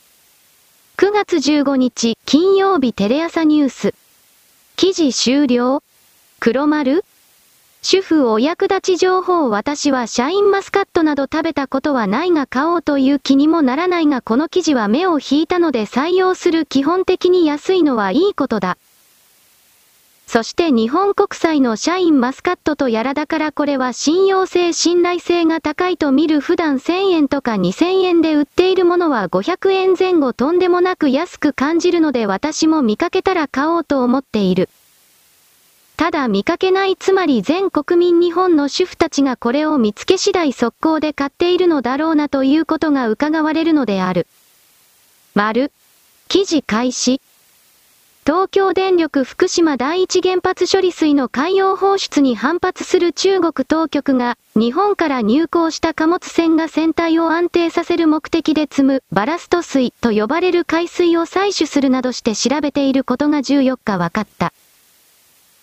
。9月15日金曜日テレ朝ニュース。記事終了。黒丸主婦お役立ち情報私はシャインマスカットなど食べたことはないが買おうという気にもならないがこの記事は目を引いたので採用する基本的に安いのはいいことだ。そして日本国債のシャインマスカットとやらだからこれは信用性信頼性が高いと見る普段1000円とか2000円で売っているものは500円前後とんでもなく安く感じるので私も見かけたら買おうと思っている。ただ見かけないつまり全国民日本の主婦たちがこれを見つけ次第速攻で買っているのだろうなということが伺われるのである。記事開始。東京電力福島第一原発処理水の海洋放出に反発する中国当局が日本から入港した貨物船が船体を安定させる目的で積むバラスト水と呼ばれる海水を採取するなどして調べていることが14日分かった。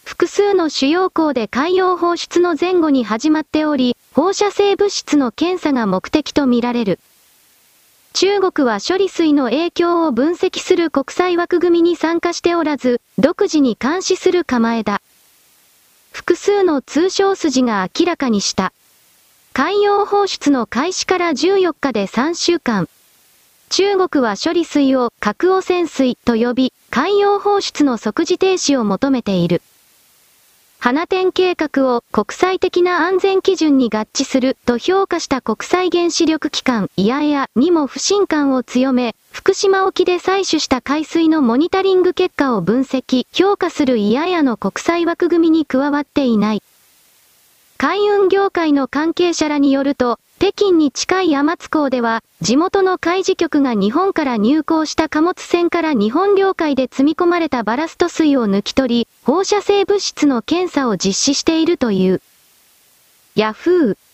複数の主要港で海洋放出の前後に始まっており、放射性物質の検査が目的とみられる。中国は処理水の影響を分析する国際枠組みに参加しておらず、独自に監視する構えだ。複数の通商筋が明らかにした。海洋放出の開始から14日で3週間。中国は処理水を核汚染水と呼び、海洋放出の即時停止を求めている。花天計画を国際的な安全基準に合致すると評価した国際原子力機関 IAEA にも不信感を強め、福島沖で採取した海水のモニタリング結果を分析、評価する IAEA の国際枠組みに加わっていない。海運業界の関係者らによると、北京に近い天津港では、地元の海事局が日本から入港した貨物船から日本領海で積み込まれたバラスト水を抜き取り、放射性物質の検査を実施しているという。ヤフー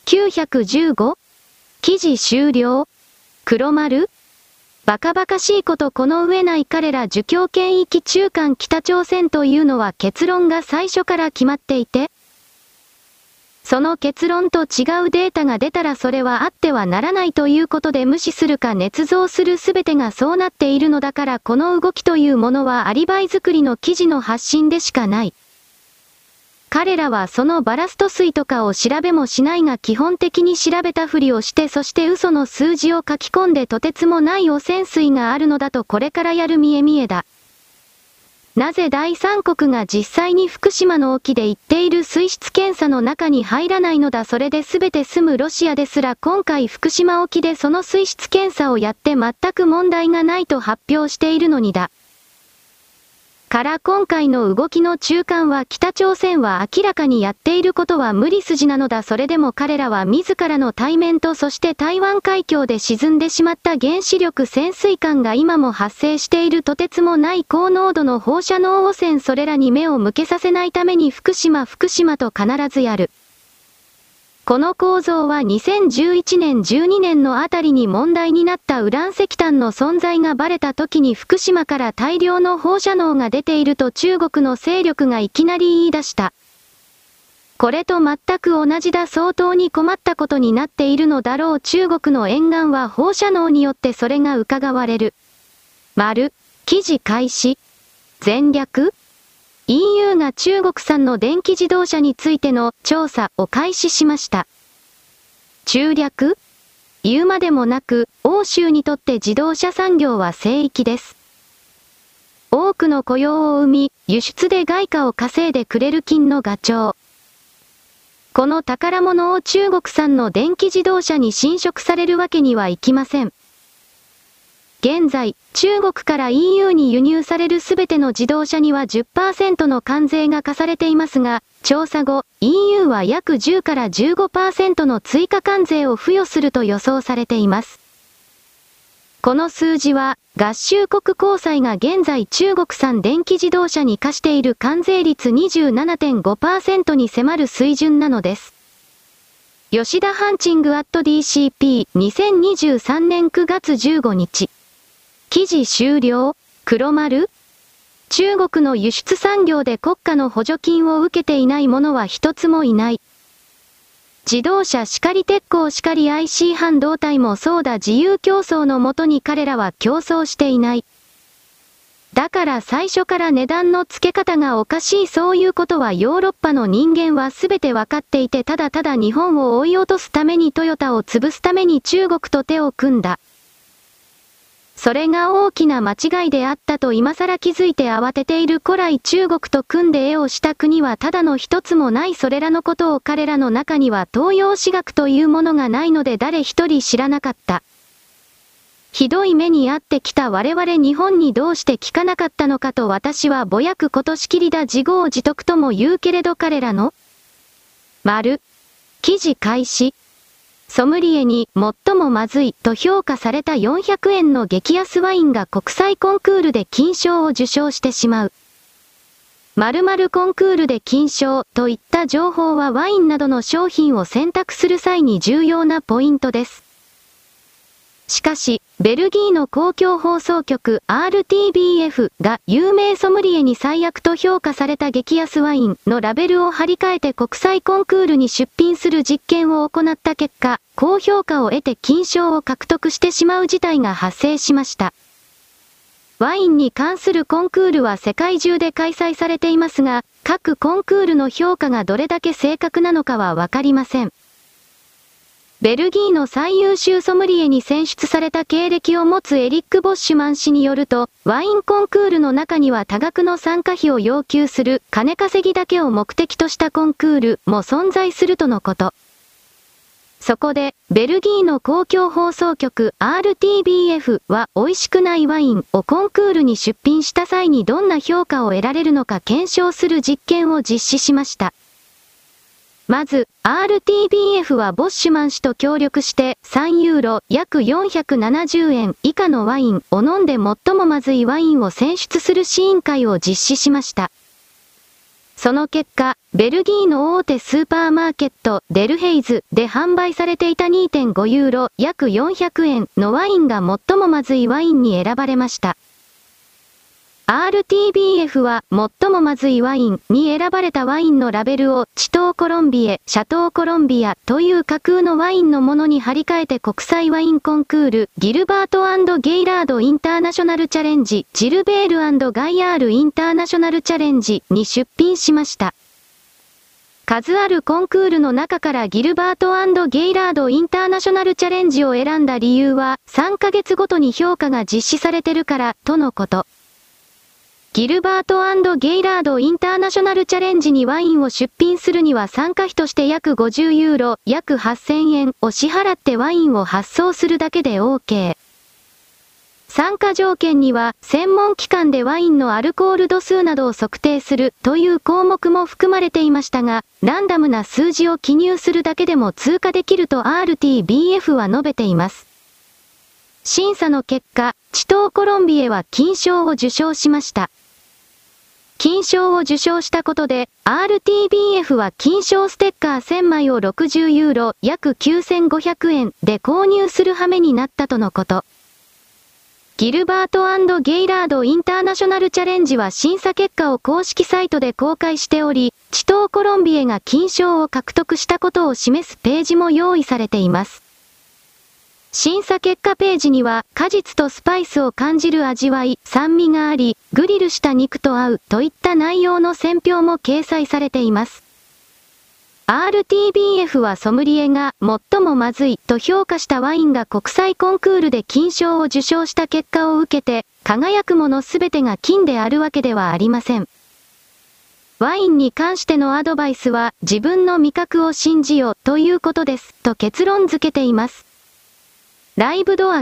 915 記事終了黒丸バカバカしいことこの上ない彼ら儒教圏域中間北朝鮮というのは結論が最初から決まっていて、その結論と違うデータが出たらそれはあってはならないということで無視するか捏造するすべてがそうなっているのだからこの動きというものはアリバイ作りの記事の発信でしかない。彼らはそのバラスト水とかを調べもしないが基本的に調べたふりをしてそして嘘の数字を書き込んでとてつもない汚染水があるのだとこれからやる見え見えだ。なぜ第三国が実際に福島の沖で言っている水質検査の中に入らないのだ。それで全て住むロシアですら今回福島沖でその水質検査をやって全く問題がないと発表しているのにだ。から今回の動きの中間は北朝鮮は明らかにやっていることは無理筋なのだ。それでも彼らは自らの対面とそして台湾海峡で沈んでしまった原子力潜水艦が今も発生しているとてつもない高濃度の放射能汚染それらに目を向けさせないために福島と必ずやる。この構造は2011年12年のあたりに問題になったウラン石炭の存在がバレた時に福島から大量の放射能が出ていると中国の勢力がいきなり言い出した。これと全く同じだ。相当に困ったことになっているのだろう。中国の沿岸は放射能によってそれが伺われる。記事開始。全略EU が中国産の電気自動車についての調査を開始しました。中略言うまでもなく、欧州にとって自動車産業は聖域です。多くの雇用を生み、輸出で外貨を稼いでくれる金のガチョウ。この宝物を中国産の電気自動車に侵食されるわけにはいきません。現在、中国から EU に輸入されるすべての自動車には 10% の関税が課されていますが、調査後、EU は約10から 15% の追加関税を付与すると予想されています。この数字は、合衆国高裁が現在中国産電気自動車に課している関税率 27.5% に迫る水準なのです。吉田ハンチングアット DCP2023 年9月15日。記事終了黒丸中国の輸出産業で国家の補助金を受けていないものは一つもいない。自動車しかり鉄鋼しかり IC 半導体もそうだ。自由競争のもとに彼らは競争していない。だから最初から値段の付け方がおかしい。そういうことはヨーロッパの人間はすべてわかっていてただただ日本を追い落とすためにトヨタを潰すために中国と手を組んだ。それが大きな間違いであったと今更気づいて慌てている古来中国と組んで絵をした国はただの一つもない。それらのことを彼らの中には東洋史学というものがないので誰一人知らなかった。ひどい目に遭ってきた我々日本にどうして聞かなかったのかと私はぼやくことしきりだ。自業自得とも言うけれど彼らの記事開始。ソムリエに最もまずいと評価された400円の激安ワインが国際コンクールで金賞を受賞してしまう。〇〇コンクールで金賞といった情報はワインなどの商品を選択する際に重要なポイントです。 しかし、ベルギーの公共放送局 RTBF が有名ソムリエに最悪と評価された激安ワインのラベルを貼り替えて国際コンクールに出品する実験を行った結果、高評価を得て金賞を獲得してしまう事態が発生しました。ワインに関するコンクールは世界中で開催されていますが、各コンクールの評価がどれだけ正確なのかはわかりません。ベルギーの最優秀ソムリエに選出された経歴を持つエリック・ボッシュマン氏によると、ワインコンクールの中には多額の参加費を要求する金稼ぎだけを目的としたコンクールも存在するとのこと。そこで、ベルギーの公共放送局 RTBF は美味しくないワインをコンクールに出品した際にどんな評価を得られるのか検証する実験を実施しました。まず、RTBF はボッシュマン氏と協力して3ユーロ約470円以下のワインを飲んで最もまずいワインを選出する試飲会を実施しました。その結果、ベルギーの大手スーパーマーケットデルヘイズで販売されていた 2.5 ユーロ約400円のワインが最もまずいワインに選ばれました。RTBF は最もまずいワインに選ばれたワインのラベルをシャトーコロンビアという架空のワインのものに貼り替えて国際ワインコンクールギルバート&ゲイラードインターナショナルチャレンジジルベール&ガイヤールインターナショナルチャレンジに出品しました。数あるコンクールの中からギルバート&ゲイラードインターナショナルチャレンジを選んだ理由は3ヶ月ごとに評価が実施されてるからとのこと。ギルバート&ゲイラードインターナショナルチャレンジにワインを出品するには参加費として約50ユーロ、約8000円を支払ってワインを発送するだけで OK。参加条件には専門機関でワインのアルコール度数などを測定するという項目も含まれていましたが、ランダムな数字を記入するだけでも通過できると RTBF は述べています。審査の結果、シャトーコロンビエは金賞を受賞しました。金賞を受賞したことで、RTBF は金賞ステッカー1000枚を60ユーロ約9500円で購入する羽目になったとのこと。ギルバート&ゲイラードインターナショナルチャレンジは審査結果を公式サイトで公開しており、シャトーコロンビエが金賞を獲得したことを示すページも用意されています。審査結果ページには果実とスパイスを感じる味わい、酸味があり、グリルした肉と合うといった内容の選評も掲載されています。RTBF はソムリエが最もまずいと評価したワインが国際コンクールで金賞を受賞した結果を受けて、輝くものすべてが金であるわけではありません。ワインに関してのアドバイスは自分の味覚を信じよということですと結論付けています。ライブドア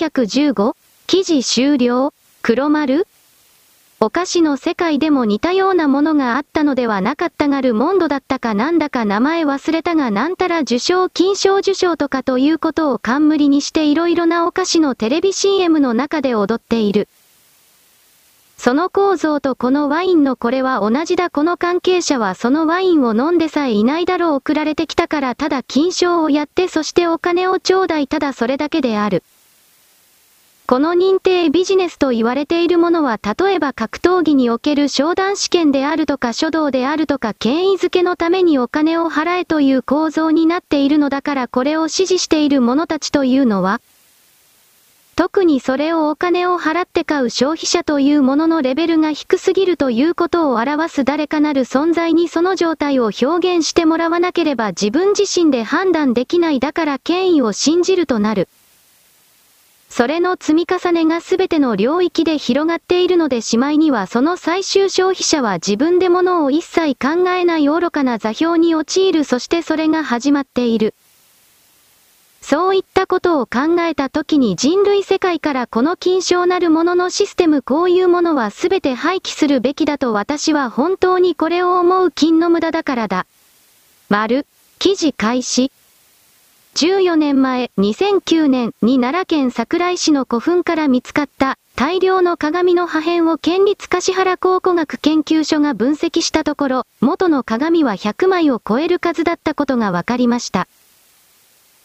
915、記事終了、黒丸？お菓子の世界でも似たようなものがあったのではなかったがルモンドだったかなんだか名前忘れたがなんたら受賞金賞受賞とかということを冠にしていろいろなお菓子のテレビ CM の中で踊っている。その構造とこのワインのこれは同じだ。この関係者はそのワインを飲んでさえいないだろう。送られてきたからただ金賞をやってそしてお金をちょうだい、ただそれだけである。この認定ビジネスと言われているものは例えば格闘技における商談試験であるとか書道であるとか権威づけのためにお金を払えという構造になっているのだから、これを支持している者たちというのは特にそれをお金を払って買う消費者というもののレベルが低すぎるということを表す誰かなる存在にその状態を表現してもらわなければ自分自身で判断できない。だから権威を信じるとなる。それの積み重ねが全ての領域で広がっているのでしまいにはその最終消費者は自分で物を一切考えない愚かな座標に陥る。そしてそれが始まっている。そういったことを考えたときに人類世界からこの金賞なるもののシステム、こういうものはすべて廃棄するべきだと私は本当にこれを思う。金の無駄だからだ。記事開始。14年前、2009年に奈良県桜井市の古墳から見つかった大量の鏡の破片を県立橿原考古学研究所が分析したところ、元の鏡は100枚を超える数だったことが分かりました。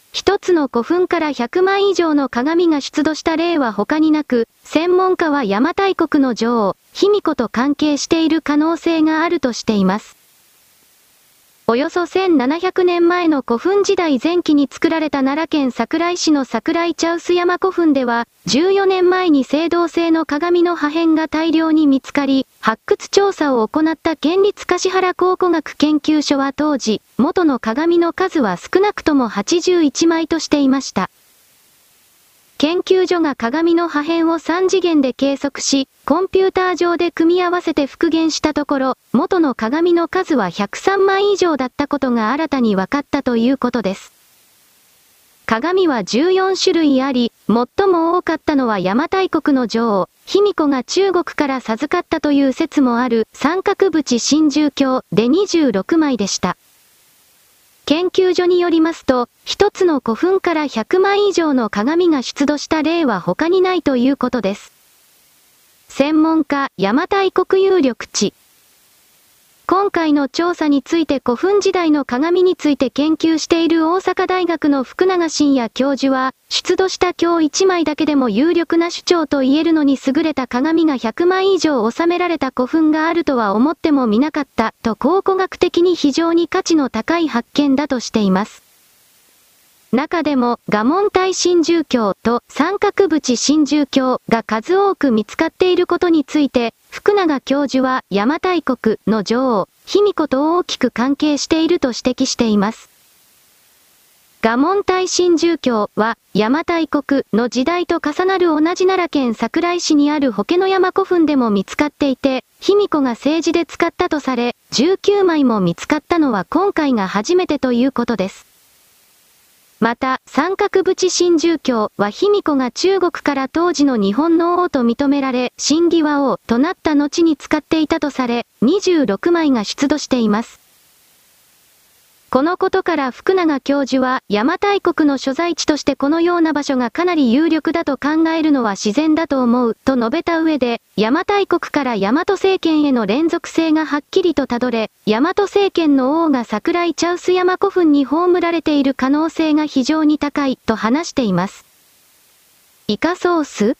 一つの古墳から100枚以上の鏡が出土した例は他になく、専門家は邪馬台国の女王、卑弥呼と関係している可能性があるとしています。およそ1700年前の古墳時代前期に作られた奈良県桜井市の桜井茶臼山古墳では、14年前に青銅製の鏡の破片が大量に見つかり、発掘調査を行った県立橿原考古学研究所は当時、元の鏡の数は少なくとも81枚としていました。研究所が鏡の破片を3次元で計測し、コンピューター上で組み合わせて復元したところ、元の鏡の数は103枚以上だったことが新たに分かったということです。鏡は14種類あり、最も多かったのは邪馬台国の女王、卑弥呼が中国から授かったという説もある三角縁真珠鏡で26枚でした。研究所によりますと、一つの古墳から100枚以上の鏡が出土した例は他にないということです。専門家、邪馬台国有力地。今回の調査について古墳時代の鏡について研究している大阪大学の福永伸也教授は、出土した鏡1枚だけでも有力な主張と言えるのに優れた鏡が100枚以上収められた古墳があるとは思ってもみなかった、と考古学的に非常に価値の高い発見だとしています。中でも、蒲門体真珠鏡と三角縁真珠鏡が数多く見つかっていることについて、福永教授は邪馬台国の女王、卑弥呼と大きく関係していると指摘しています。蒲門体真珠鏡は、邪馬台国の時代と重なる同じ奈良県桜井市にある法華山古墳でも見つかっていて、卑弥呼が政治で使ったとされ、19枚も見つかったのは今回が初めてということです。また、三角縁真珠鏡は卑弥呼が中国から当時の日本の王と認められ、真偽倭王となった後に使っていたとされ、26枚が出土しています。このことから福永教授は、邪馬台国の所在地としてこのような場所がかなり有力だと考えるのは自然だと思う、と述べた上で、邪馬台国から大和政権への連続性がはっきりとたどれ、大和政権の王が桜井茶臼山古墳に葬られている可能性が非常に高い、と話しています。イカソース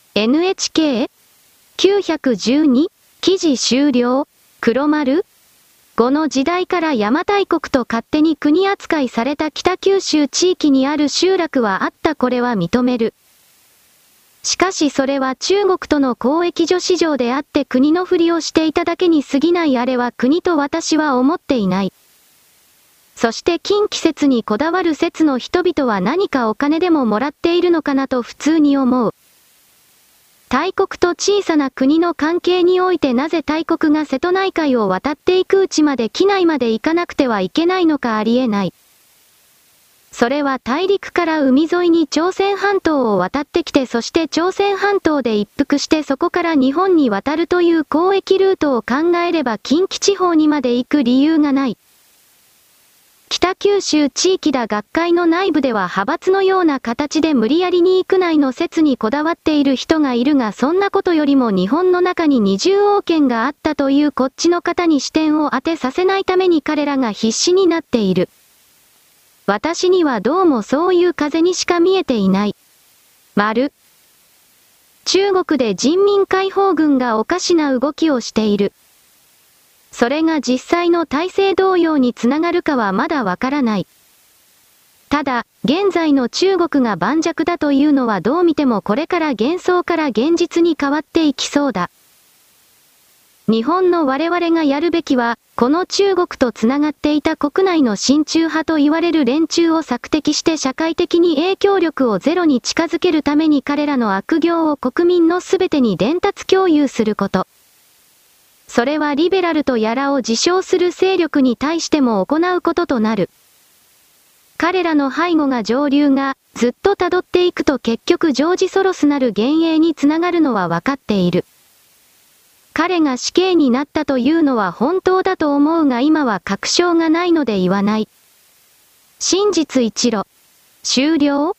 ?NHK?912 記事終了黒丸この時代から邪馬台国と勝手に国扱いされた北九州地域にある集落はあったこれは認める。しかしそれは中国との交易所市場であって国のふりをしていただけに過ぎないあれは国と私は思っていない。そして近畿説にこだわる説の人々は何かお金でももらっているのかなと普通に思う。大国と小さな国の関係においてなぜ大国が瀬戸内海を渡っていくうちまで畿内まで行かなくてはいけないのかありえない。それは大陸から海沿いに朝鮮半島を渡ってきてそして朝鮮半島で一服してそこから日本に渡るという交易ルートを考えれば近畿地方にまで行く理由がない。北九州地域だ学会の内部では派閥のような形で無理やりに域内の説にこだわっている人がいるがそんなことよりも日本の中に20王権があったというこっちの方に視点を当てさせないために彼らが必死になっている。私にはどうもそういう風にしか見えていない。中国で人民解放軍がおかしな動きをしている。それが実際の体制動揺につながるかはまだわからない。ただ、現在の中国が盤石だというのはどう見てもこれから幻想から現実に変わっていきそうだ。日本の我々がやるべきは、この中国とつながっていた国内の親中派と言われる連中を索敵して社会的に影響力をゼロに近づけるために彼らの悪行を国民のすべてに伝達共有すること。それはリベラルとやらを自称する勢力に対しても行うこととなる。彼らの背後が上流がずっと辿っていくと結局ジョージ・ソロスなる幻影につながるのは分かっている。彼が死刑になったというのは本当だと思うが今は確証がないので言わない。真実一路。終了